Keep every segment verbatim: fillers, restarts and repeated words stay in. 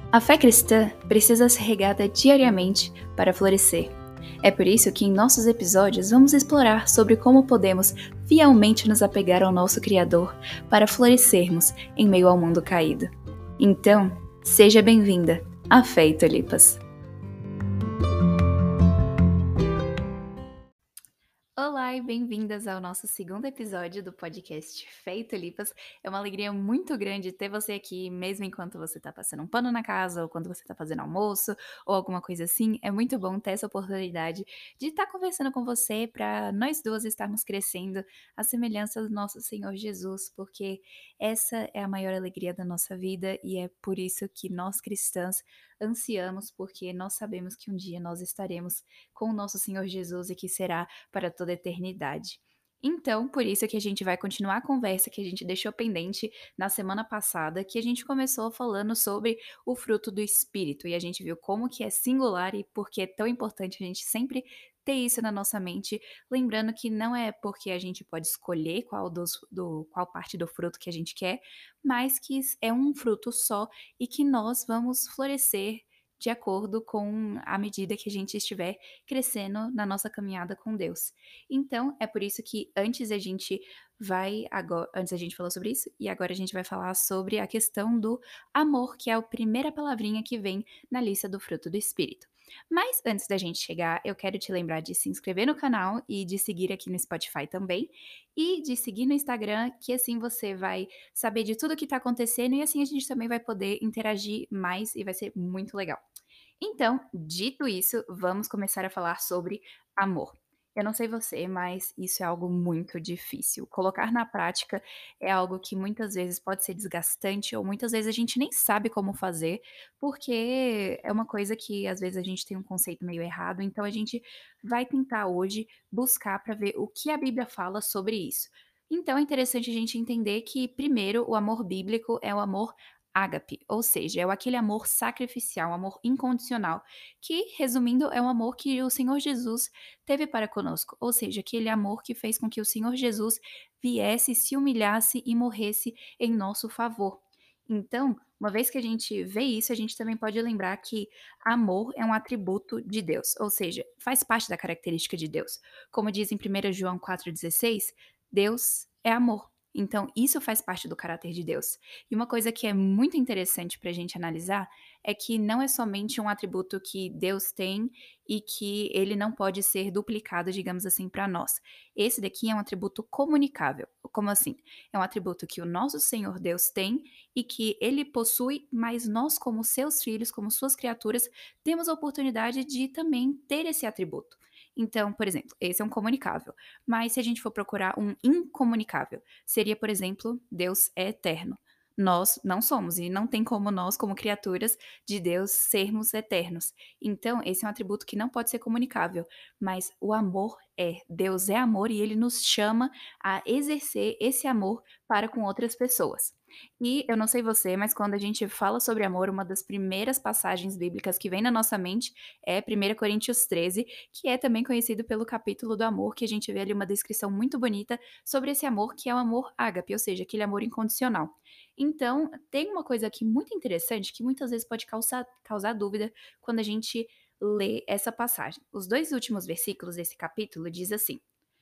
A fé cristã precisa ser regada diariamente para florescer. É por isso que em nossos episódios vamos explorar sobre como podemos fielmente nos apegar ao nosso Criador para florescermos em meio ao mundo caído. Então, seja bem-vinda à Fé e Tulipas. Olá e bem-vindas ao nosso segundo episódio do podcast Fé e Tulipas. É uma alegria muito grande ter você aqui, mesmo enquanto você está passando um pano na casa, ou quando você está fazendo almoço, ou alguma coisa assim. É muito bom ter essa oportunidade de estar conversando com você para nós duas estarmos crescendo à semelhança do nosso Senhor Jesus, porque essa é a maior alegria da nossa vida e é por isso que nós cristãs ansiamos, porque nós sabemos que um dia nós estaremos com o nosso Senhor Jesus e que será para toda a eternidade. Então, por isso que a gente vai continuar a conversa que a gente deixou pendente na semana passada, que a gente começou falando sobre o fruto do Espírito, e a gente viu como que é singular e por que é tão importante a gente sempre ter isso na nossa mente, lembrando que não é porque a gente pode escolher qual, dos, do, qual parte do fruto que a gente quer, mas que é um fruto só e que nós vamos florescer de acordo com a medida que a gente estiver crescendo na nossa caminhada com Deus. Então, é por isso que antes a gente vai agora, antes a gente falou sobre isso e agora a gente vai falar sobre a questão do amor, que é a primeira palavrinha que vem na lista do fruto do espírito. Mas antes da gente chegar, eu quero te lembrar de se inscrever no canal e de seguir aqui no Spotify também e de seguir no Instagram, que assim você vai saber de tudo que está acontecendo e assim a gente também vai poder interagir mais e vai ser muito legal. Então, dito isso, vamos começar a falar sobre amor. Eu não sei você, mas isso é algo muito difícil. Colocar na prática é algo que muitas vezes pode ser desgastante ou muitas vezes a gente nem sabe como fazer, porque é uma coisa que às vezes a gente tem um conceito meio errado, então a gente vai tentar hoje buscar para ver o que a Bíblia fala sobre isso. Então é interessante a gente entender que, primeiro, o amor bíblico é o amor ágape, ou seja, é o aquele amor sacrificial, um amor incondicional, que, resumindo, é um amor que o Senhor Jesus teve para conosco, ou seja, aquele amor que fez com que o Senhor Jesus viesse, se humilhasse e morresse em nosso favor. Então, uma vez que a gente vê isso, a gente também pode lembrar que amor é um atributo de Deus, ou seja, faz parte da característica de Deus. Como diz em primeiro João quatro dezesseis, Deus é amor. Então, isso faz parte do caráter de Deus. E uma coisa que é muito interessante para a gente analisar é que não é somente um atributo que Deus tem e que ele não pode ser duplicado, digamos assim, para nós. Esse daqui é um atributo comunicável. Como assim? É um atributo que o nosso Senhor Deus tem e que ele possui, mas nós, como seus filhos, como suas criaturas, temos a oportunidade de também ter esse atributo. Então, por exemplo, esse é um comunicável. Mas se a gente for procurar um incomunicável, seria, por exemplo, Deus é eterno. Nós não somos, e não tem como nós, como criaturas de Deus, sermos eternos. Então, esse é um atributo que não pode ser comunicável, mas o amor é. Deus é amor e ele nos chama a exercer esse amor para com outras pessoas. E eu não sei você, mas quando a gente fala sobre amor, uma das primeiras passagens bíblicas que vem na nossa mente é primeira Coríntios treze, que é também conhecido pelo capítulo do amor, que a gente vê ali uma descrição muito bonita sobre esse amor que é o amor ágape, ou seja, aquele amor incondicional. Então, tem uma coisa aqui muito interessante que muitas vezes pode causar, causar dúvida quando a gente lê essa passagem. Os dois últimos versículos desse capítulo diz assim: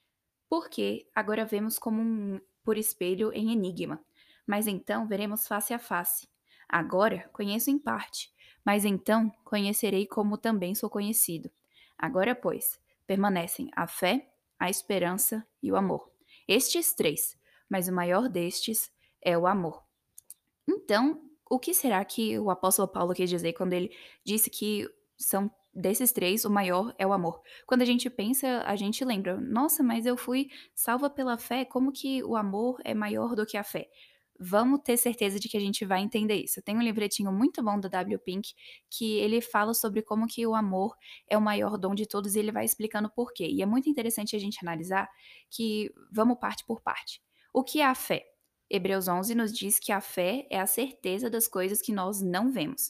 porque agora vemos como um por espelho em enigma, mas então veremos face a face. Agora conheço em parte, mas então conhecerei como também sou conhecido. Agora, pois, permanecem a fé, a esperança e o amor. Estes três, mas o maior destes é o amor. Então, o que será que o apóstolo Paulo quis dizer quando ele disse que são desses três, o maior é o amor? Quando a gente pensa, a gente lembra, nossa, mas eu fui salva pela fé, como que o amor é maior do que a fé? Vamos ter certeza de que a gente vai entender isso. Tem um livretinho muito bom da W. Pink que ele fala sobre como que o amor é o maior dom de todos e ele vai explicando por quê. E é muito interessante a gente analisar que vamos parte por parte. O que é a fé? Hebreus onze nos diz que a fé é a certeza das coisas que nós não vemos.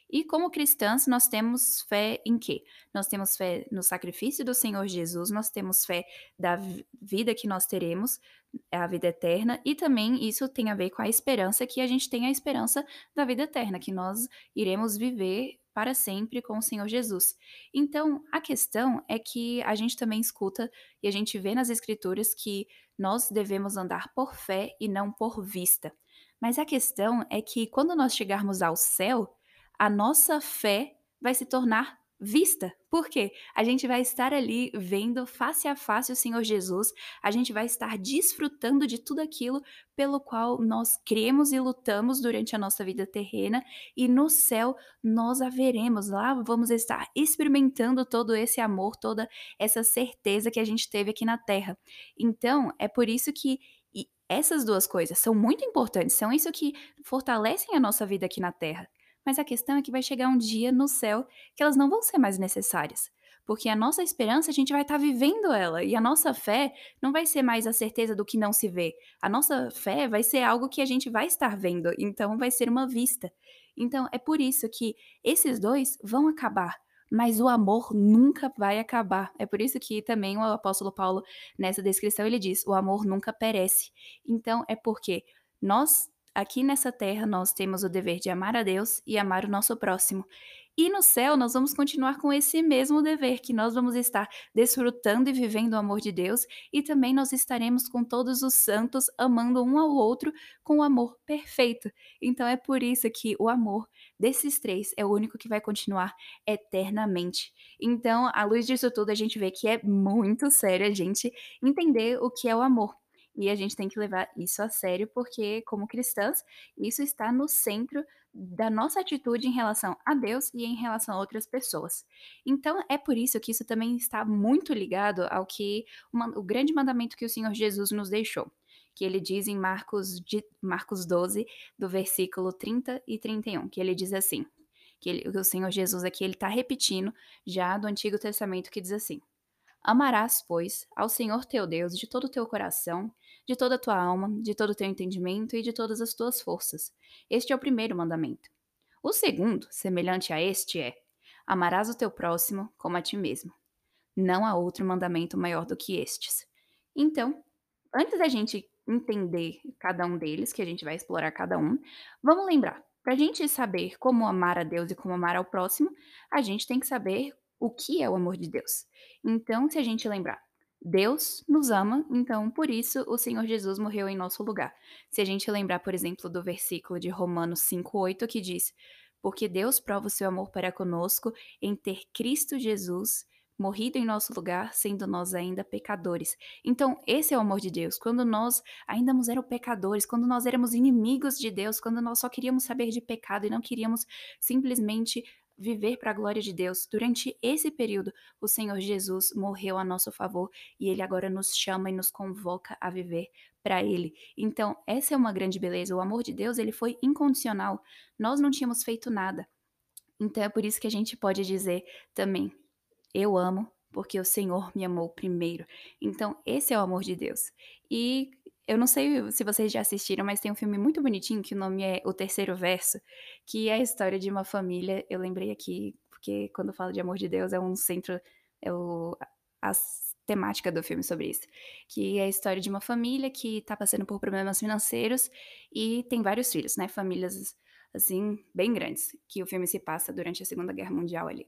E como cristãs, nós temos fé em quê? Nós temos fé no sacrifício do Senhor Jesus, nós temos fé da vi vida que nós teremos, é a vida eterna, e também isso tem a ver com a esperança, que a gente tem a esperança da vida eterna, que nós iremos viver para sempre com o Senhor Jesus. Então, a questão é que a gente também escuta e a gente vê nas escrituras que nós devemos andar por fé e não por vista. Mas a questão é que quando nós chegarmos ao céu, a nossa fé vai se tornar vista. Por quê? A gente vai estar ali vendo face a face o Senhor Jesus, a gente vai estar desfrutando de tudo aquilo pelo qual nós cremos e lutamos durante a nossa vida terrena, e no céu nós a veremos. Lá vamos estar experimentando todo esse amor, toda essa certeza que a gente teve aqui na terra. Então, é por isso que e essas duas coisas são muito importantes, são isso que fortalecem a nossa vida aqui na terra. Mas a questão é que vai chegar um dia no céu que elas não vão ser mais necessárias, porque a nossa esperança a gente vai estar vivendo ela, e a nossa fé não vai ser mais a certeza do que não se vê. A nossa fé vai ser algo que a gente vai estar vendo, então vai ser uma vista. Então é por isso que esses dois vão acabar, mas o amor nunca vai acabar. É por isso que também o apóstolo Paulo, nessa descrição, ele diz: "O amor nunca perece". Então é porque nós, aqui nessa terra, nós temos o dever de amar a Deus e amar o nosso próximo. E no céu nós vamos continuar com esse mesmo dever, que nós vamos estar desfrutando e vivendo o amor de Deus, e também nós estaremos com todos os santos amando um ao outro com o amor perfeito. Então é por isso que o amor desses três é o único que vai continuar eternamente. Então, à luz disso tudo, a gente vê que é muito sério a gente entender o que é o amor. E a gente tem que levar isso a sério, porque, como cristãs, isso está no centro da nossa atitude em relação a Deus e em relação a outras pessoas. Então, é por isso que isso também está muito ligado ao que o man- o grande mandamento que o Senhor Jesus nos deixou, que ele diz em Marcos, de- Marcos doze, do versículo trinta e trinta e um, que ele diz assim, que ele- o Senhor Jesus aqui ele está repetindo já do Antigo Testamento, que diz assim: Amarás, pois, ao Senhor teu Deus de todo o teu coração, de toda a tua alma, de todo o teu entendimento e de todas as tuas forças. Este é o primeiro mandamento. O segundo, semelhante a este, é: amarás o teu próximo como a ti mesmo. Não há outro mandamento maior do que estes. Então, antes da gente entender cada um deles, que a gente vai explorar cada um, vamos lembrar, para a gente saber como amar a Deus e como amar ao próximo, a gente tem que saber o que é o amor de Deus. Então, se a gente lembrar, Deus nos ama, então por isso o Senhor Jesus morreu em nosso lugar. Se a gente lembrar, por exemplo, do versículo de Romanos cinco oito, que diz: Porque Deus prova o seu amor para conosco em ter Cristo Jesus morrido em nosso lugar, sendo nós ainda pecadores. Então, esse é o amor de Deus. Quando nós ainda éramos pecadores, quando nós éramos inimigos de Deus, quando nós só queríamos saber de pecado e não queríamos simplesmente viver para a glória de Deus. Durante esse período, o Senhor Jesus morreu a nosso favor e ele agora nos chama e nos convoca a viver para ele. Então, essa é uma grande beleza. O amor de Deus, ele foi incondicional. Nós não tínhamos feito nada. Então é por isso que a gente pode dizer também: eu amo, porque o Senhor me amou primeiro. Então, esse é o amor de Deus. E eu não sei se vocês já assistiram, mas tem um filme muito bonitinho que o nome é O Terceiro Verso, que é a história de uma família. Eu lembrei aqui, porque quando falo de amor de Deus, é um centro, é o, a s- temática do filme sobre isso. Que é a história de uma família que tá passando por problemas financeiros e tem vários filhos, né? Famílias, assim, bem grandes, que o filme se passa durante a Segunda Guerra Mundial ali.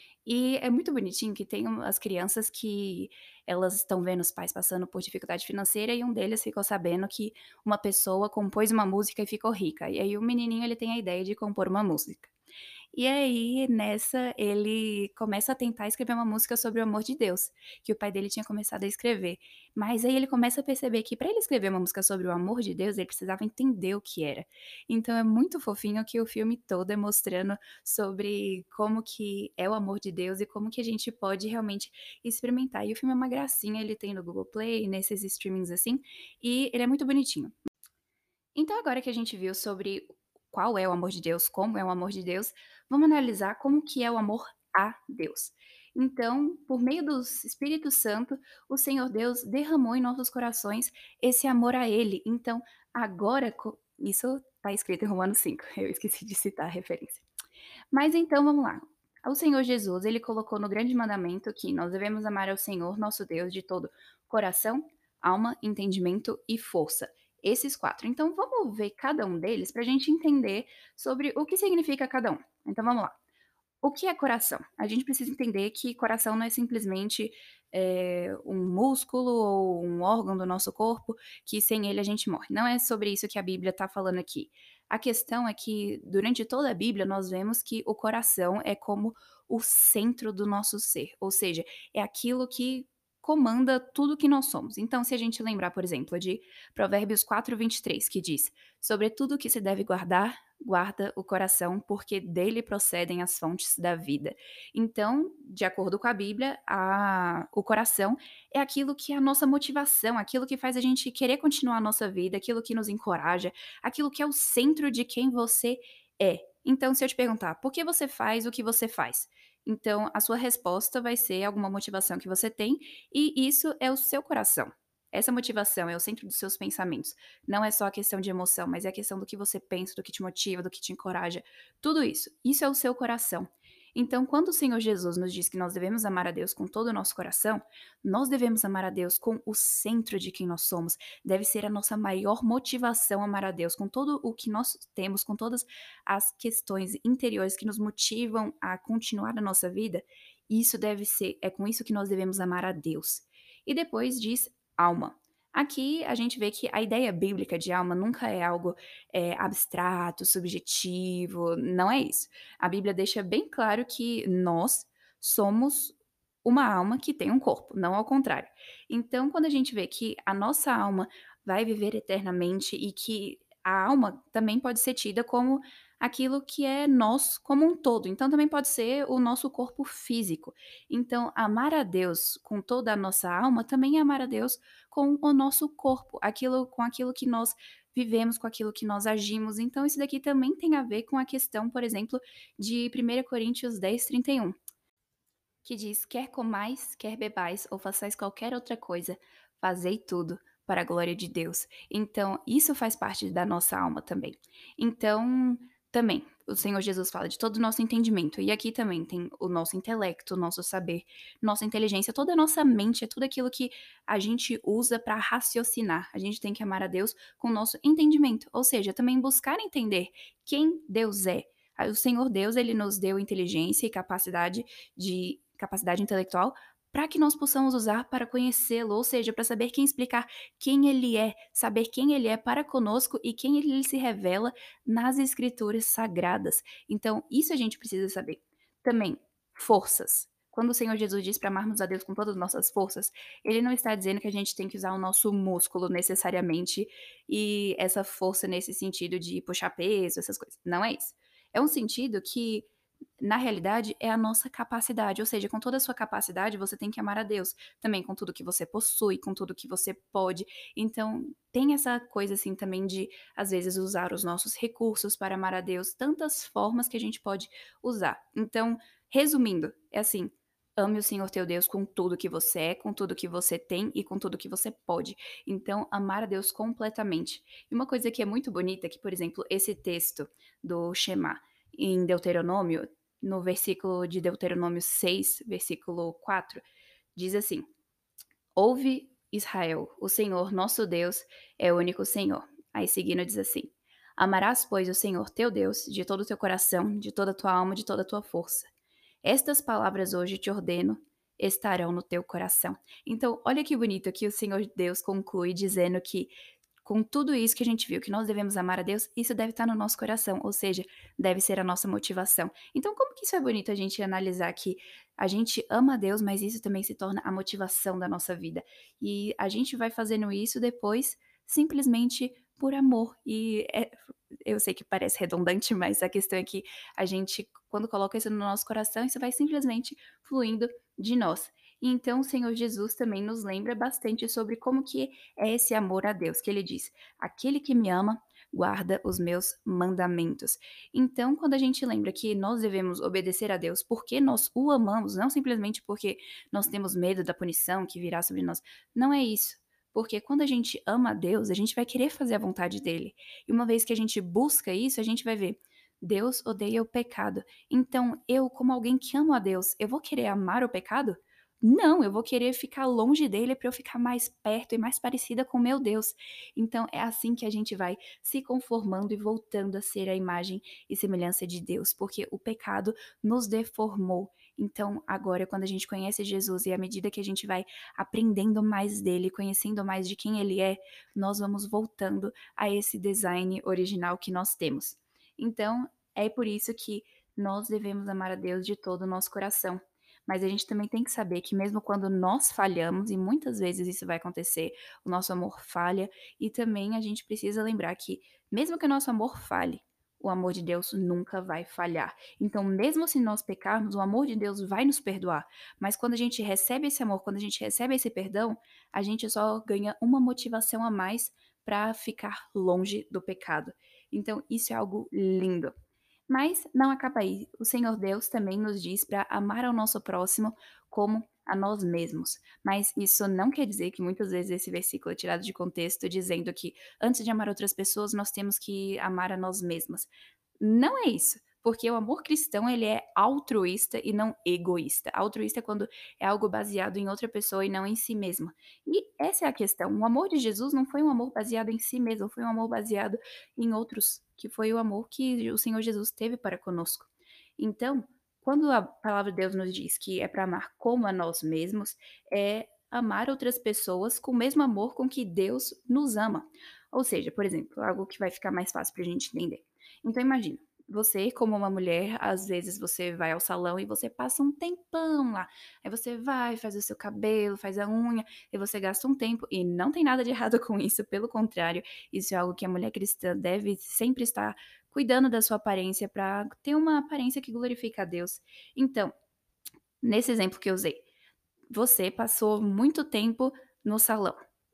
E é muito bonitinho que tem um as crianças que elas estão vendo os pais passando por dificuldade financeira e um deles ficou sabendo que uma pessoa compôs uma música e ficou rica. E aí o menininho ele tem a ideia de compor uma música. E aí, nessa, ele começa a tentar escrever uma música sobre o amor de Deus, que o pai dele tinha começado a escrever. Mas aí ele começa a perceber que para ele escrever uma música sobre o amor de Deus, ele precisava entender o que era. Então é muito fofinho que o filme todo é mostrando sobre como que é o amor de Deus e como que a gente pode realmente experimentar. E o filme é uma gracinha, ele tem no Google Play, nesses streamings assim, e ele é muito bonitinho. Então, agora que a gente viu sobre qual é o amor de Deus, como é o amor de Deus, vamos analisar como que é o amor a Deus. Então, por meio do Espírito Santo, o Senhor Deus derramou em nossos corações esse amor a Ele. Então, agora, co- isso está escrito em Romanos cinco, eu esqueci de citar a referência. Mas então vamos lá. O Senhor Jesus, ele colocou no grande mandamento que nós devemos amar ao Senhor nosso Deus de todo coração, alma, entendimento e força. Esses quatro. Então vamos ver cada um deles para a gente entender sobre o que significa cada um. Então vamos lá. O que é coração? A gente precisa entender que coração não é simplesmente, eh, um músculo ou um órgão do nosso corpo, que sem ele a gente morre. Não é sobre isso que a Bíblia está falando aqui. A questão é que, durante toda a Bíblia, nós vemos que o coração é como o centro do nosso ser, ou seja, é aquilo que comanda tudo que nós somos. Então, se a gente lembrar, por exemplo, de Provérbios quatro, vinte e três, que diz: "Sobre tudo que se deve guardar, guarda o coração, porque dele procedem as fontes da vida." Então, de acordo com a Bíblia, a o coração é aquilo que é a nossa motivação, aquilo que faz a gente querer continuar a nossa vida, aquilo que nos encoraja, aquilo que é o centro de quem você é. Então, se eu te perguntar: "Por que você faz o que você faz?", então a sua resposta vai ser alguma motivação que você tem, e isso é o seu coração. Essa motivação é o centro dos seus pensamentos. Não é só a questão de emoção, mas é a questão do que você pensa, do que te motiva, do que te encoraja, tudo isso. Isso é o seu coração. Então, quando o Senhor Jesus nos diz que nós devemos amar a Deus com todo o nosso coração, nós devemos amar a Deus com o centro de quem nós somos. Deve ser a nossa maior motivação amar a Deus com todo o que nós temos, com todas as questões interiores que nos motivam a continuar a nossa vida. Isso deve ser, é com isso que nós devemos amar a Deus. E depois diz alma. Aqui a gente vê que a ideia bíblica de alma nunca é algo, eh, abstrato, subjetivo, não é isso. A Bíblia deixa bem claro que nós somos uma alma que tem um corpo, não ao contrário. Então, quando a gente vê que a nossa alma vai viver eternamente e que a alma também pode ser tida como aquilo que é nós como um todo, então também pode ser o nosso corpo físico. Então, amar a Deus com toda a nossa alma também é amar a Deus com o nosso corpo, aquilo com aquilo que nós vivemos, com aquilo que nós agimos. Então isso daqui também tem a ver com a questão, por exemplo, de primeira Coríntios dez, trinta e um, que diz: "Quer comais, quer bebais ou façais qualquer outra coisa, fazei tudo para a glória de Deus." Então, isso faz parte da nossa alma também. Então, também, o Senhor Jesus fala de todo o nosso entendimento, e aqui também tem o nosso intelecto, o nosso saber, nossa inteligência, toda a nossa mente, é tudo aquilo que a gente usa para raciocinar. A gente tem que amar a Deus com o nosso entendimento, ou seja, também buscar entender quem Deus é. Aí o Senhor Deus, ele nos deu inteligência e capacidade de capacidade intelectual para que nós possamos usar para conhecê-lo, ou seja, para saber quem explicar quem ele é, saber quem ele é para conosco e quem ele se revela nas escrituras sagradas. Então, isso a gente precisa saber. Também, forças. Quando o Senhor Jesus diz para amarmos a Deus com todas as nossas forças, ele não está dizendo que a gente tem que usar o nosso músculo necessariamente, e essa força nesse sentido de puxar peso, essas coisas. Não é isso. É um sentido que, na realidade, é a nossa capacidade, ou seja, com toda a sua capacidade, você tem que amar a Deus, também com tudo que você possui, com tudo que você pode. Então, tem essa coisa, assim, também de, às vezes, usar os nossos recursos para amar a Deus, tantas formas que a gente pode usar. Então, resumindo, é assim: ame o Senhor teu Deus com tudo que você é, com tudo que você tem e com tudo que você pode. Então, amar a Deus completamente. E uma coisa que é muito bonita é que, por exemplo, esse texto do Shema, em Deuteronômio, no versículo de Deuteronômio seis, versículo quatro, diz assim: "Ouve, Israel, o Senhor nosso Deus é o único Senhor." Aí seguindo diz assim: "Amarás, pois, o Senhor teu Deus de todo o teu coração, de toda a tua alma, de toda a tua força. Estas palavras hoje te ordeno, estarão no teu coração." Então, olha que bonito que o Senhor Deus conclui dizendo que, com tudo isso que a gente viu, que nós devemos amar a Deus, isso deve estar no nosso coração, ou seja, deve ser a nossa motivação. Então, como que isso é bonito a gente analisar que a gente ama a Deus, mas isso também se torna a motivação da nossa vida. E a gente vai fazendo isso depois simplesmente por amor. E é- eu sei que parece redundante, mas a questão é que a gente, quando coloca isso no nosso coração, isso vai simplesmente fluindo de nós. E então o Senhor Jesus também nos lembra bastante sobre como que é esse amor a Deus, que ele diz: "Aquele que me ama, guarda os meus mandamentos." Então, quando a gente lembra que nós devemos obedecer a Deus porque nós o amamos, não simplesmente porque nós temos medo da punição que virá sobre nós, não é isso. Porque quando a gente ama a Deus, a gente vai querer fazer a vontade dele. E uma vez que a gente busca isso, a gente vai ver: Deus odeia o pecado. Então, eu, como alguém que ama a Deus, eu vou querer amar o pecado? Não, eu vou querer ficar longe dele para eu ficar mais perto e mais parecida com meu Deus. Então, é assim que a gente vai se conformando e voltando a ser a imagem e semelhança de Deus, porque o pecado nos deformou. Então, agora, quando a gente conhece Jesus e à medida que a gente vai aprendendo mais dele, conhecendo mais de quem ele é, nós vamos voltando a esse design original que nós temos. Então, é por isso que nós devemos amar a Deus de todo o nosso coração. Mas a gente também tem que saber que mesmo quando nós falhamos, e muitas vezes isso vai acontecer, o nosso amor falha, e também a gente precisa lembrar que mesmo que o nosso amor falhe, o amor de Deus nunca vai falhar. Então, mesmo se nós pecarmos, o amor de Deus vai nos perdoar. Mas quando a gente recebe esse amor, quando a gente recebe esse perdão, a gente só ganha uma motivação a mais para ficar longe do pecado. Então, isso é algo lindo. Mas não acaba aí. O Senhor Deus também nos diz para amar ao nosso próximo como a nós mesmos. Mas isso não quer dizer que muitas vezes esse versículo é tirado de contexto, dizendo que antes de amar outras pessoas, nós temos que amar a nós mesmas. Não é isso, porque o amor cristão ele é altruísta e não egoísta. Altruísta é quando é algo baseado em outra pessoa e não em si mesma. E essa é a questão. O amor de Jesus não foi um amor baseado em si mesmo, foi um amor baseado em outros, que foi o amor que o Senhor Jesus teve para conosco. Então, quando a palavra de Deus nos diz que é para amar como a nós mesmos, é amar outras pessoas com o mesmo amor com que Deus nos ama. Ou seja, por exemplo, algo que vai ficar mais fácil para a gente entender. Então imagina, você como uma mulher, às vezes você vai ao salão e você passa um tempão lá. Aí você vai, faz o seu cabelo, faz a unha, e você gasta um tempo, e não tem nada de errado com isso, pelo contrário, isso é algo que a mulher cristã deve sempre estar cuidando da sua aparência para ter uma aparência que glorifica a Deus. Então, nesse exemplo que eu usei, você passou muito tempo no salão.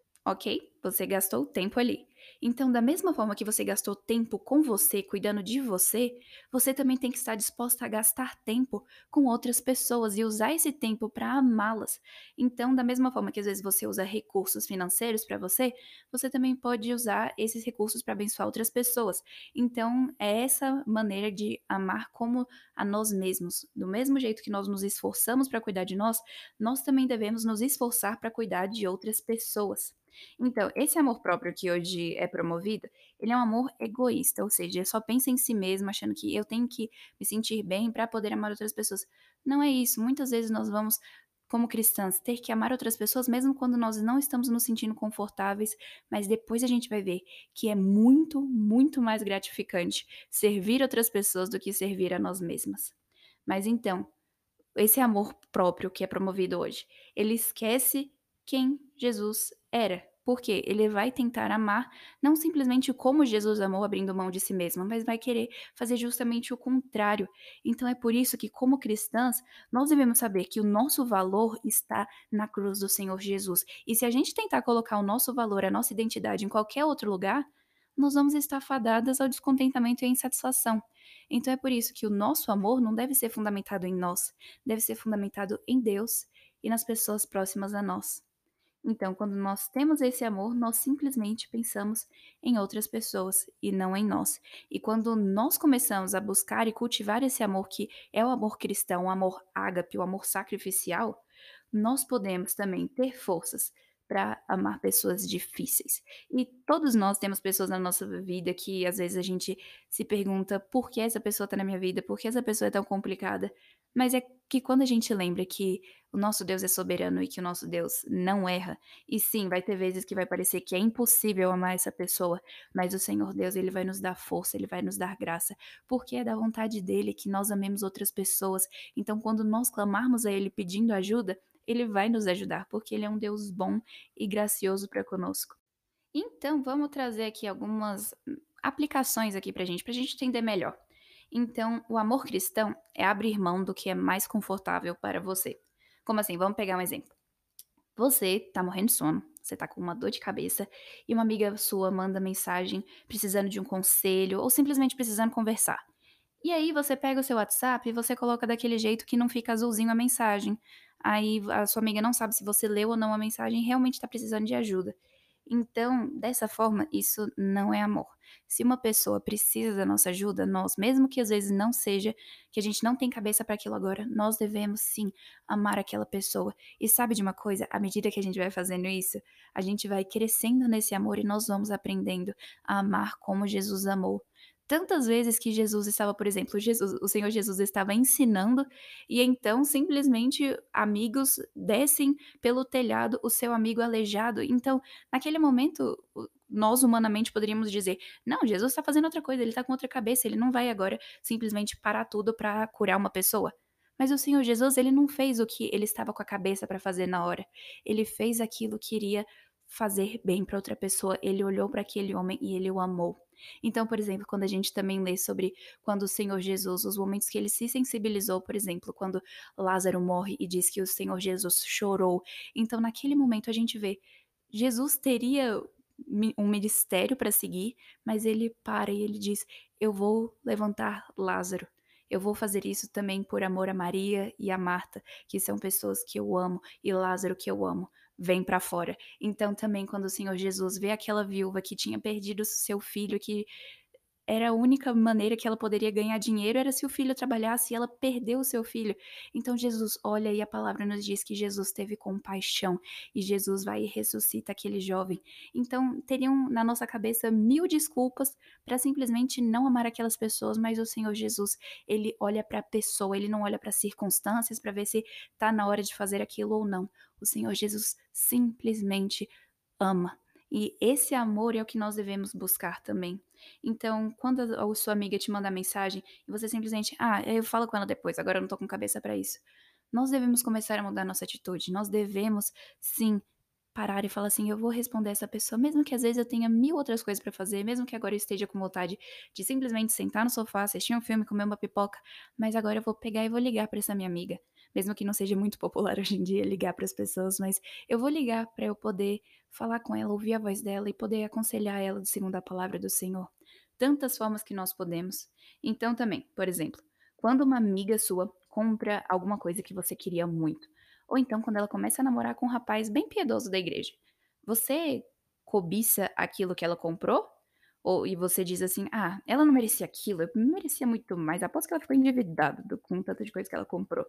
Ok? Você gastou tempo ali. Então, da mesma forma que você gastou tempo com você, cuidando de você, você também tem que estar disposta a gastar tempo com outras pessoas e usar esse tempo para amá-las. Então, da mesma forma que às vezes você usa recursos financeiros para você, você também pode usar esses recursos para abençoar outras pessoas. Então, é essa maneira de amar como a nós mesmos. Do mesmo jeito que nós nos esforçamos para cuidar de nós, nós também devemos nos esforçar para cuidar de outras pessoas. Então, esse amor próprio que hoje é promovido, ele é um amor egoísta, ou seja, só pensa em si mesmo, achando que eu tenho que me sentir bem para poder amar outras pessoas. Não é isso. Muitas vezes nós vamos, como cristãs, ter que amar outras pessoas mesmo quando nós não estamos nos sentindo confortáveis, mas depois a gente vai ver que é muito, muito mais gratificante servir outras pessoas do que servir a nós mesmas. Mas então, esse amor próprio que é promovido hoje, ele esquece quem Jesus era. Porque ele vai tentar amar não simplesmente como Jesus amou abrindo mão de si mesmo, mas vai querer fazer justamente o contrário. Então é por isso que, como cristãs, nós devemos saber que o nosso valor está na cruz do Senhor Jesus. E se a gente tentar colocar o nosso valor, a nossa identidade em qualquer outro lugar, nós vamos estar fadadas ao descontentamento e à insatisfação. Então é por isso que o nosso amor não deve ser fundamentado em nós, deve ser fundamentado em Deus e nas pessoas próximas a nós. Então, quando nós temos esse amor, nós simplesmente pensamos em outras pessoas e não em nós. E quando nós começamos a buscar e cultivar esse amor que é o amor cristão, o amor ágape, o amor sacrificial, nós podemos também ter forças para amar pessoas difíceis. E todos nós temos pessoas na nossa vida que às vezes a gente se pergunta por que essa pessoa está na minha vida, por que essa pessoa é tão complicada. Mas é que quando a gente lembra que o nosso Deus é soberano e que o nosso Deus não erra, e sim, vai ter vezes que vai parecer que é impossível amar essa pessoa, mas o Senhor Deus, ele vai nos dar força, ele vai nos dar graça, porque é da vontade dele que nós amemos outras pessoas. Então, quando nós clamarmos a ele pedindo ajuda, ele vai nos ajudar, porque ele é um Deus bom e gracioso para conosco. Então, vamos trazer aqui algumas hum, aplicações aqui pra gente, pra gente entender melhor. Então, o amor cristão é abrir mão do que é mais confortável para você. Como assim? Vamos pegar um exemplo. Você tá morrendo de sono, você tá com uma dor de cabeça e uma amiga sua manda mensagem precisando de um conselho ou simplesmente precisando conversar. E aí você pega o seu WhatsApp e você coloca daquele jeito que não fica azulzinho a mensagem. Aí a sua amiga não sabe se você leu ou não a mensagem e realmente tá precisando de ajuda. Então, dessa forma, isso não é amor. Se uma pessoa precisa da nossa ajuda, nós, mesmo que às vezes não seja, que a gente não tem cabeça para aquilo agora, nós devemos sim amar aquela pessoa. E sabe de uma coisa? À medida que a gente vai fazendo isso, a gente vai crescendo nesse amor e nós vamos aprendendo a amar como Jesus amou. Tantas vezes que Jesus estava, por exemplo, Jesus, o Senhor Jesus estava ensinando e então simplesmente amigos descem pelo telhado o seu amigo aleijado. Então, naquele momento, o- nós humanamente poderíamos dizer: não, Jesus está fazendo outra coisa, ele está com outra cabeça, ele não vai agora simplesmente parar tudo para curar uma pessoa. Mas o Senhor Jesus, ele não fez o que ele estava com a cabeça para fazer na hora. Ele fez aquilo que iria fazer bem para outra pessoa. Ele olhou para aquele homem e ele o amou. Então, por exemplo, quando a gente também lê sobre quando o Senhor Jesus, os momentos que ele se sensibilizou, por exemplo, quando Lázaro morre e diz que o Senhor Jesus chorou. Então, naquele momento a gente vê, Jesus teria mi- um ministério para seguir, mas ele para e ele diz: eu vou levantar Lázaro. Eu vou fazer isso também por amor a Maria e a Marta, que são pessoas que eu amo, e Lázaro que eu amo. Vem para fora. Então, também, quando o Senhor Jesus vê aquela viúva que tinha perdido seu filho, que era a única maneira que ela poderia ganhar dinheiro era se o filho trabalhasse e ela perdeu o seu filho. Então Jesus olha e a palavra nos diz que Jesus teve compaixão e Jesus vai e ressuscita aquele jovem. Então teriam na nossa cabeça mil desculpas para simplesmente não amar aquelas pessoas, mas o Senhor Jesus, ele olha para a pessoa, ele não olha para as circunstâncias para ver se está na hora de fazer aquilo ou não. O Senhor Jesus simplesmente ama. E esse amor é o que nós devemos buscar também. Então, quando a a sua amiga te mandar mensagem e você simplesmente: "Ah, eu falo com ela depois, agora eu não tô com cabeça pra isso". Nós devemos começar a mudar nossa atitude, nós devemos sim parar e falar assim: "Eu vou responder essa pessoa", mesmo que às vezes eu tenha mil outras coisas pra fazer, mesmo que agora eu esteja com vontade de simplesmente sentar no sofá, assistir um filme, comer uma pipoca, mas agora eu vou pegar e vou ligar pra essa minha amiga. Mesmo que não seja muito popular hoje em dia ligar para as pessoas, mas eu vou ligar pra eu poder falar com ela, ouvir a voz dela e poder aconselhar ela de segundo a palavra do Senhor. Tantas formas que nós podemos. Então também, por exemplo, quando uma amiga sua compra alguma coisa que você queria muito, ou então quando ela começa a namorar com um rapaz bem piedoso da igreja, você cobiça aquilo que ela comprou? Ou e você diz assim: "Ah, ela não merecia aquilo, eu merecia muito mais, aposto que ela ficou endividada do com tanta de coisa que ela comprou".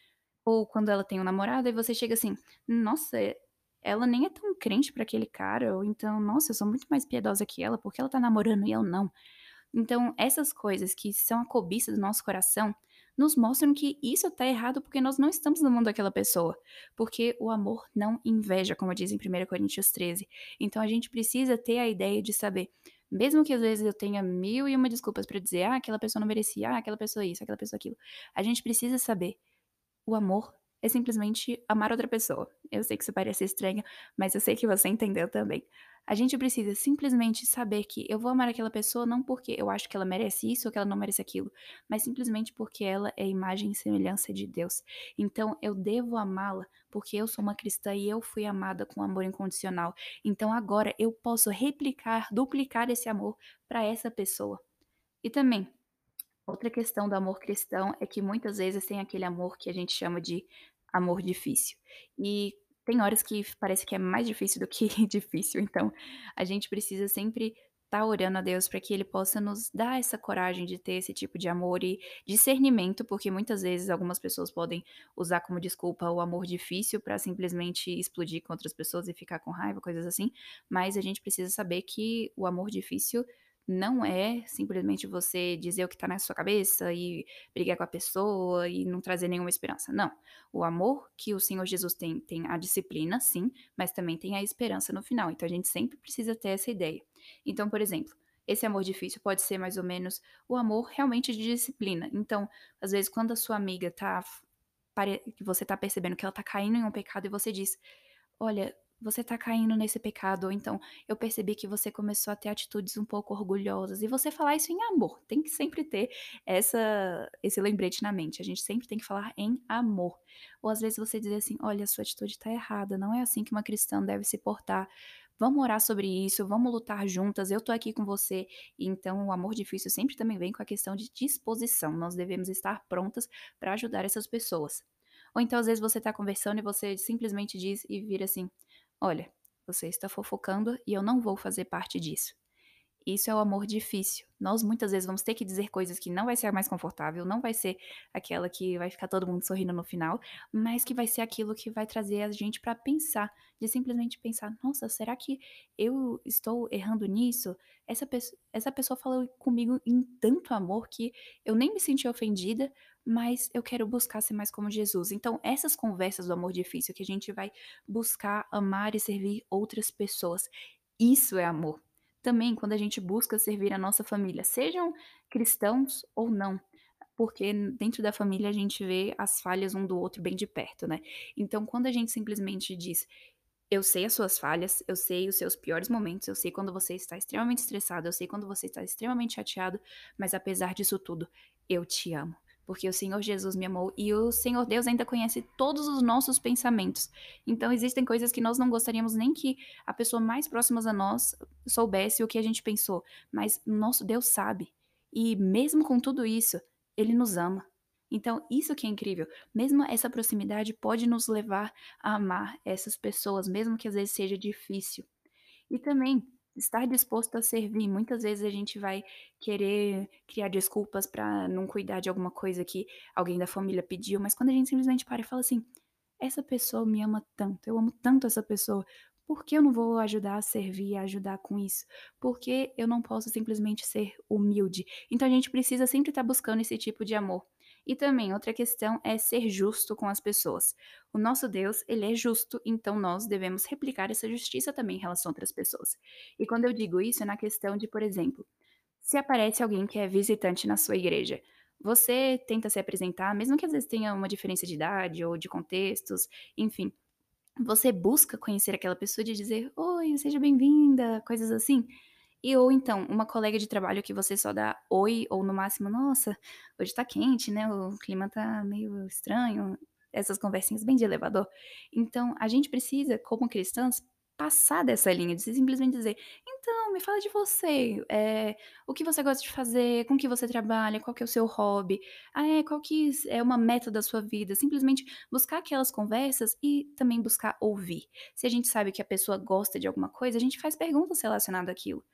Ou quando ela tem um namorado, aí você chega assim: "Nossa, eh, ela nem é tão crente pra aquele cara", ou então: "Nossa, eu sou muito mais piedosa que ela, por que ela tá namorando e eu não?". Então, essas coisas que são a cobiça do nosso coração, nos mostram que isso tá errado, porque nós não estamos amando aquela pessoa. Porque o amor não inveja, como diz em primeira Coríntios treze. Então a gente precisa ter a ideia de saber, mesmo que às vezes eu tenha mil e uma desculpas pra dizer: "Ah, aquela pessoa não merecia. Ah, aquela pessoa isso, aquela pessoa aquilo", a gente precisa saber o amor é simplesmente amar outra pessoa. Eu sei que isso parece estranho, mas eu sei que você entendeu também. A gente precisa simplesmente saber que eu vou amar aquela pessoa não porque eu acho que ela merece isso ou que ela não merece aquilo, mas simplesmente porque ela é imagem e semelhança de Deus. Então eu devo amá-la porque eu sou uma cristã e eu fui amada com amor incondicional. Então agora eu posso replicar, duplicar esse amor para essa pessoa. E também outra questão do amor cristão é que muitas vezes tem aquele amor que a gente chama de amor difícil. E tem horas que parece que é mais difícil do que difícil, então a gente precisa sempre estar orando a Deus para que Ele possa nos dar essa coragem de ter esse tipo de amor e discernimento, porque muitas vezes algumas pessoas podem usar como desculpa o amor difícil para simplesmente explodir com outras pessoas e ficar com raiva, coisas assim, mas a gente precisa saber que o amor difícil não é simplesmente você dizer o que tá na sua cabeça e brigar com a pessoa e não trazer nenhuma esperança, não. O amor que o Senhor Jesus tem, tem a disciplina, sim, mas também tem a esperança no final, então a gente sempre precisa ter essa ideia. Então, por exemplo, esse amor difícil pode ser mais ou menos o amor realmente de disciplina. Então, às vezes, quando a sua amiga tá f pare que você tá percebendo que ela tá caindo em um pecado e você diz: "Olha, você tá caindo nesse pecado", ou então: "Eu percebi que você começou a ter atitudes um pouco orgulhosas", e você falar isso em amor, tem que sempre ter essa esse lembrete na mente, a gente sempre tem que falar em amor. Ou às vezes você dizer assim: "Olha, a sua atitude tá errada, não é assim que uma cristã deve se portar. Vamos orar sobre isso, vamos lutar juntas, eu tô aqui com você". E então o amor difícil sempre também vem com a questão de disposição, nós devemos estar prontas para ajudar essas pessoas. Ou então às vezes você tá conversando e você simplesmente diz e vira assim: "Olha, você está fofocando e eu não vou fazer parte disso. Isso é o amor difícil. Nós muitas vezes vamos ter que dizer coisas que não vai ser a mais confortável, não vai ser aquela que vai ficar todo mundo sorrindo no final, mas que vai ser aquilo que vai trazer a gente para pensar, de simplesmente pensar: "Nossa, será que eu estou errando nisso? Essa pesso essa pessoa falou comigo em tanto amor que eu nem me senti ofendida, mas eu quero buscar ser mais como Jesus". Então essas conversas do amor difícil que a gente vai buscar amar e servir outras pessoas, isso é amor. Também quando a gente busca servir a nossa família, sejam cristãos ou não, porque dentro da família a gente vê as falhas um do outro bem de perto, né. Então quando a gente simplesmente diz: "Eu sei as suas falhas, eu sei os seus piores momentos, eu sei quando você está extremamente estressado, eu sei quando você está extremamente chateado, mas apesar disso tudo, eu te amo, porque o Senhor Jesus me amou e o Senhor Deus ainda conhece todos os nossos pensamentos. Então existem coisas que nós não gostaríamos nem que a pessoa mais próxima a nós soubesse o que a gente pensou, mas nosso Deus sabe. E mesmo com tudo isso, ele nos ama. Então isso que é incrível, mesmo essa proximidade pode nos levar a amar essas pessoas, mesmo que às vezes seja difícil. E também estar disposto a servir. Muitas vezes a gente vai querer criar desculpas para não cuidar de alguma coisa que alguém da família pediu, mas quando a gente simplesmente para e fala assim: "Essa pessoa me ama tanto, eu amo tanto essa pessoa, por que eu não vou ajudar a servir, a ajudar com isso? Por que eu não posso simplesmente ser humilde?". Então a gente precisa sempre estar buscando esse tipo de amor. E também outra questão é ser justo com as pessoas. O nosso Deus, ele é justo, então nós devemos replicar essa justiça também em relação a outras pessoas. E quando eu digo isso é na questão de, por exemplo, se aparece alguém que é visitante na sua igreja, você tenta se apresentar, mesmo que às vezes tenha uma diferença de idade ou de contextos, enfim, você busca conhecer aquela pessoa de dizer: "Oi, seja bem-vinda", coisas assim? E ou então, uma colega de trabalho que você só dá "oi" ou no máximo: "Nossa, hoje tá quente, né, o clima tá meio estranho", essas conversinhas bem de elevador. Então, a gente precisa, como cristãs, passar dessa linha de simplesmente dizer: "Então, me fala de você, eh, o que você gosta de fazer, com que você trabalha, qual que é o seu hobby, ah, é, qual que é uma meta da sua vida", simplesmente buscar aquelas conversas e também buscar ouvir. Se a gente sabe que a pessoa gosta de alguma coisa, a gente faz perguntas relacionadas àquilo.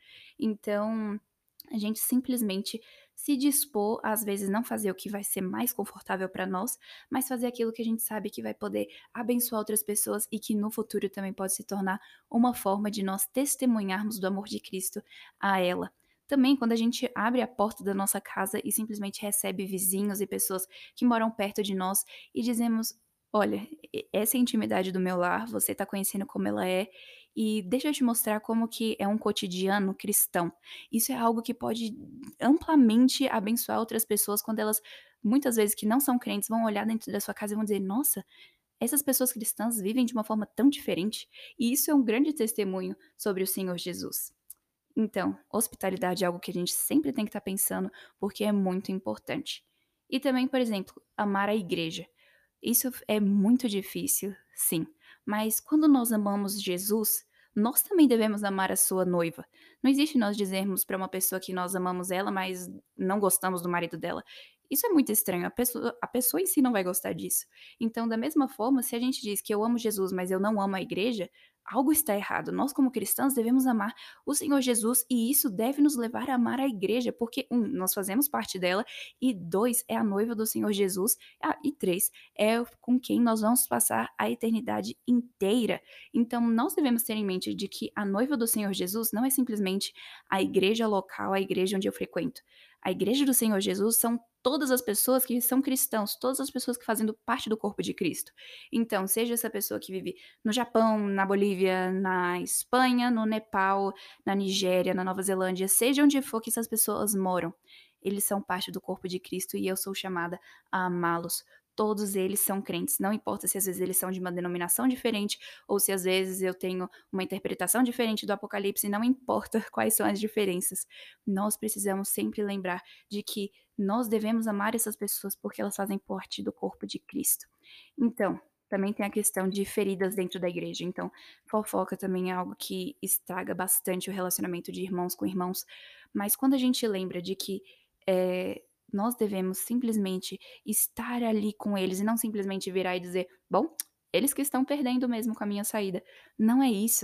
Então, a gente simplesmente se dispor, às vezes não fazer o que vai ser mais confortável para nós, mas fazer aquilo que a gente sabe que vai poder abençoar outras pessoas e que no futuro também pode se tornar uma forma de nós testemunharmos do amor de Cristo a ela. Também quando a gente abre a porta da nossa casa e simplesmente recebe vizinhos e pessoas que moram perto de nós e dizemos: "Olha, e essa é a intimidade do meu lar, você está conhecendo como ela é, e deixa eu te mostrar como que é um cotidiano cristão". Isso é algo que pode amplamente abençoar outras pessoas quando elas, muitas vezes que não são crentes, vão olhar dentro da sua casa e vão dizer: "Nossa, essas pessoas cristãs vivem de uma forma tão diferente". E isso é um grande testemunho sobre o Senhor Jesus. Então, hospitalidade é algo que a gente sempre tem que estar pensando, porque é muito importante. E também, por exemplo, amar a igreja. Isso é muito difícil, sim, mas quando nós amamos Jesus, nós também devemos amar a sua noiva. Não existe nós dizermos para uma pessoa que nós amamos ela, mas não gostamos do marido dela. Isso é muito estranho, a pessoa a pessoa em si não vai gostar disso. Então, da mesma forma, se a gente diz que eu amo Jesus, mas eu não amo a igreja, algo está errado. Nós, como cristãos, devemos amar o Senhor Jesus e isso deve nos levar a amar a igreja, porque, um, nós fazemos parte dela, e dois, é a noiva do Senhor Jesus, ah, e três, é com quem nós vamos passar a eternidade inteira. Então, nós devemos ter em mente de que a noiva do Senhor Jesus não é simplesmente a igreja local, a igreja onde eu frequento. A igreja do Senhor Jesus são todas as pessoas que são cristãos, todas as pessoas que fazem parte do corpo de Cristo. Então, seja essa pessoa que vive no Japão, na Bolívia, na Espanha, no Nepal, na Nigéria, na Nova Zelândia, seja onde for que essas pessoas moram, eles são parte do corpo de Cristo e eu sou chamada a amá-los. Todos eles são crentes, não importa se às vezes eles são de uma denominação diferente ou se às vezes eu tenho uma interpretação diferente do Apocalipse, não importa quais são as diferenças. Nós precisamos sempre lembrar de que nós devemos amar essas pessoas porque elas fazem parte do corpo de Cristo. Então, também tem a questão de feridas dentro da igreja, então fofoca também é algo que estraga bastante o relacionamento de irmãos com irmãos, mas quando a gente lembra de que, eh, nós devemos simplesmente estar ali com eles e não simplesmente virar e dizer: "Bom, eles que estão perdendo mesmo com a minha saída". Não é isso.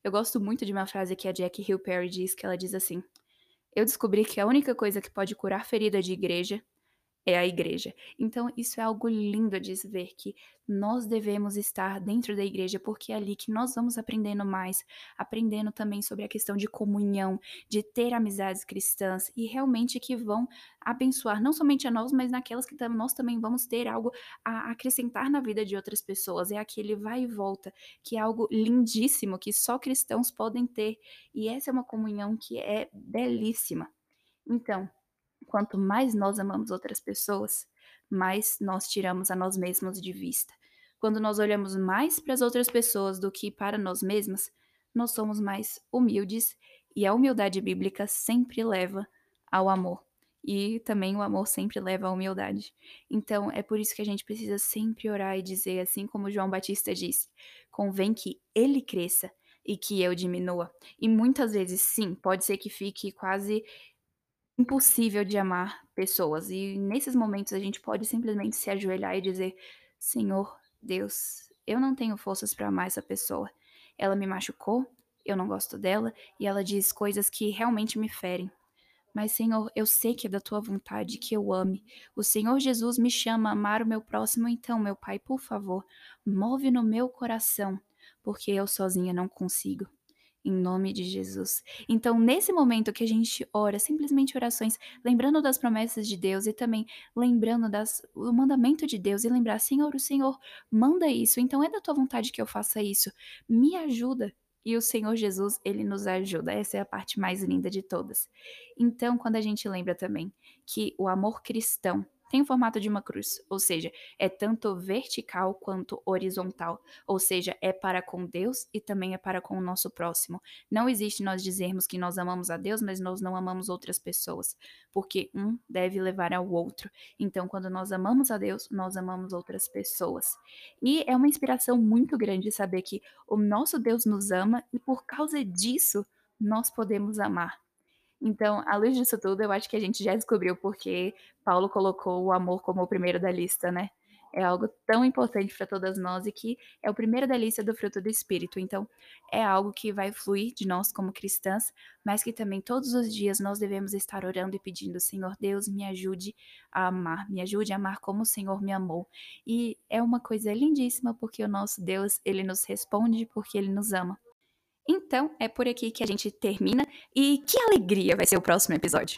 Eu gosto muito de uma frase que a Jackie Hill Perry diz, que ela diz assim: "Eu descobri que a única coisa que pode curar ferida de igreja é a igreja". Então isso é algo lindo de se ver, que nós devemos estar dentro da igreja, porque é ali que nós vamos aprendendo mais, aprendendo também sobre a questão de comunhão, de ter amizades cristãs e realmente que vão abençoar não somente a nós, mas naquelas que tam nós também vamos ter algo a acrescentar na vida de outras pessoas. É aquele vai e volta, que é algo lindíssimo que só cristãos podem ter, e essa é uma comunhão que é belíssima. Então, quanto mais nós amamos outras pessoas, mais nós tiramos a nós mesmos de vista. Quando nós olhamos mais para as outras pessoas do que para nós mesmos, nós somos mais humildes e a humildade bíblica sempre leva ao amor. E também o amor sempre leva à humildade. Então é por isso que a gente precisa sempre orar e dizer, assim como João Batista disse: convém que ele cresça e que eu diminua. E muitas vezes, sim, pode ser que fique quase impossível de amar pessoas, e nesses momentos a gente pode simplesmente se ajoelhar e dizer: "Senhor Deus, eu não tenho forças para amar essa pessoa. Ela me machucou, eu não gosto dela e ela diz coisas que realmente me ferem. Mas, Senhor, eu sei que é da tua vontade que eu ame. O Senhor Jesus me chama a amar o meu próximo, então, meu Pai, por favor, move no meu coração, porque eu sozinha não consigo. Em nome de Jesus". Então, nesse momento que a gente ora, simplesmente orações, lembrando das promessas de Deus e também lembrando das do mandamento de Deus e lembrar: "Senhor, o Senhor manda isso, então é da tua vontade que eu faça isso, me ajuda". E o Senhor Jesus, ele nos ajuda, essa é a parte mais linda de todas. Então, quando a gente lembra também que o amor cristão tem o formato de uma cruz, ou seja, é tanto vertical quanto horizontal, ou seja, é para com Deus e também é para com o nosso próximo. Não existe nós dizermos que nós amamos a Deus, mas nós não amamos outras pessoas, porque um deve levar ao outro. Então, quando nós amamos a Deus, nós amamos outras pessoas. E é uma inspiração muito grande saber que o nosso Deus nos ama e por causa disso nós podemos amar. Então, à luz disso tudo, eu acho que a gente já descobriu porque Paulo colocou o amor como o primeiro da lista, né. É algo tão importante para todas nós e que é o primeiro da lista do fruto do espírito. Então, é algo que vai fluir de nós como cristãs, mas que também todos os dias nós devemos estar orando e pedindo: "Senhor Deus, me ajude a amar, me ajude a amar como o Senhor me amou". E é uma coisa lindíssima, porque o nosso Deus, ele nos responde porque ele nos ama. Então, é por aqui que a gente termina e que alegria vai ser o próximo episódio.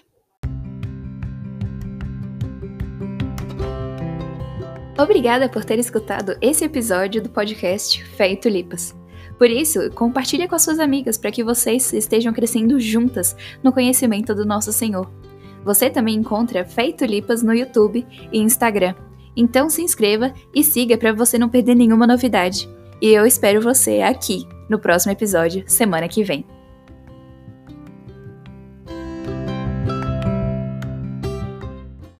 Obrigada por ter escutado esse episódio do podcast Fé e Tulipas. Por isso, compartilhe com as suas amigas para que vocês estejam crescendo juntas no conhecimento do nosso Senhor. Você também encontra Fé e Tulipas no YouTube e Instagram. Então se inscreva e siga para você não perder nenhuma novidade. E eu espero você aqui no próximo episódio, semana que vem.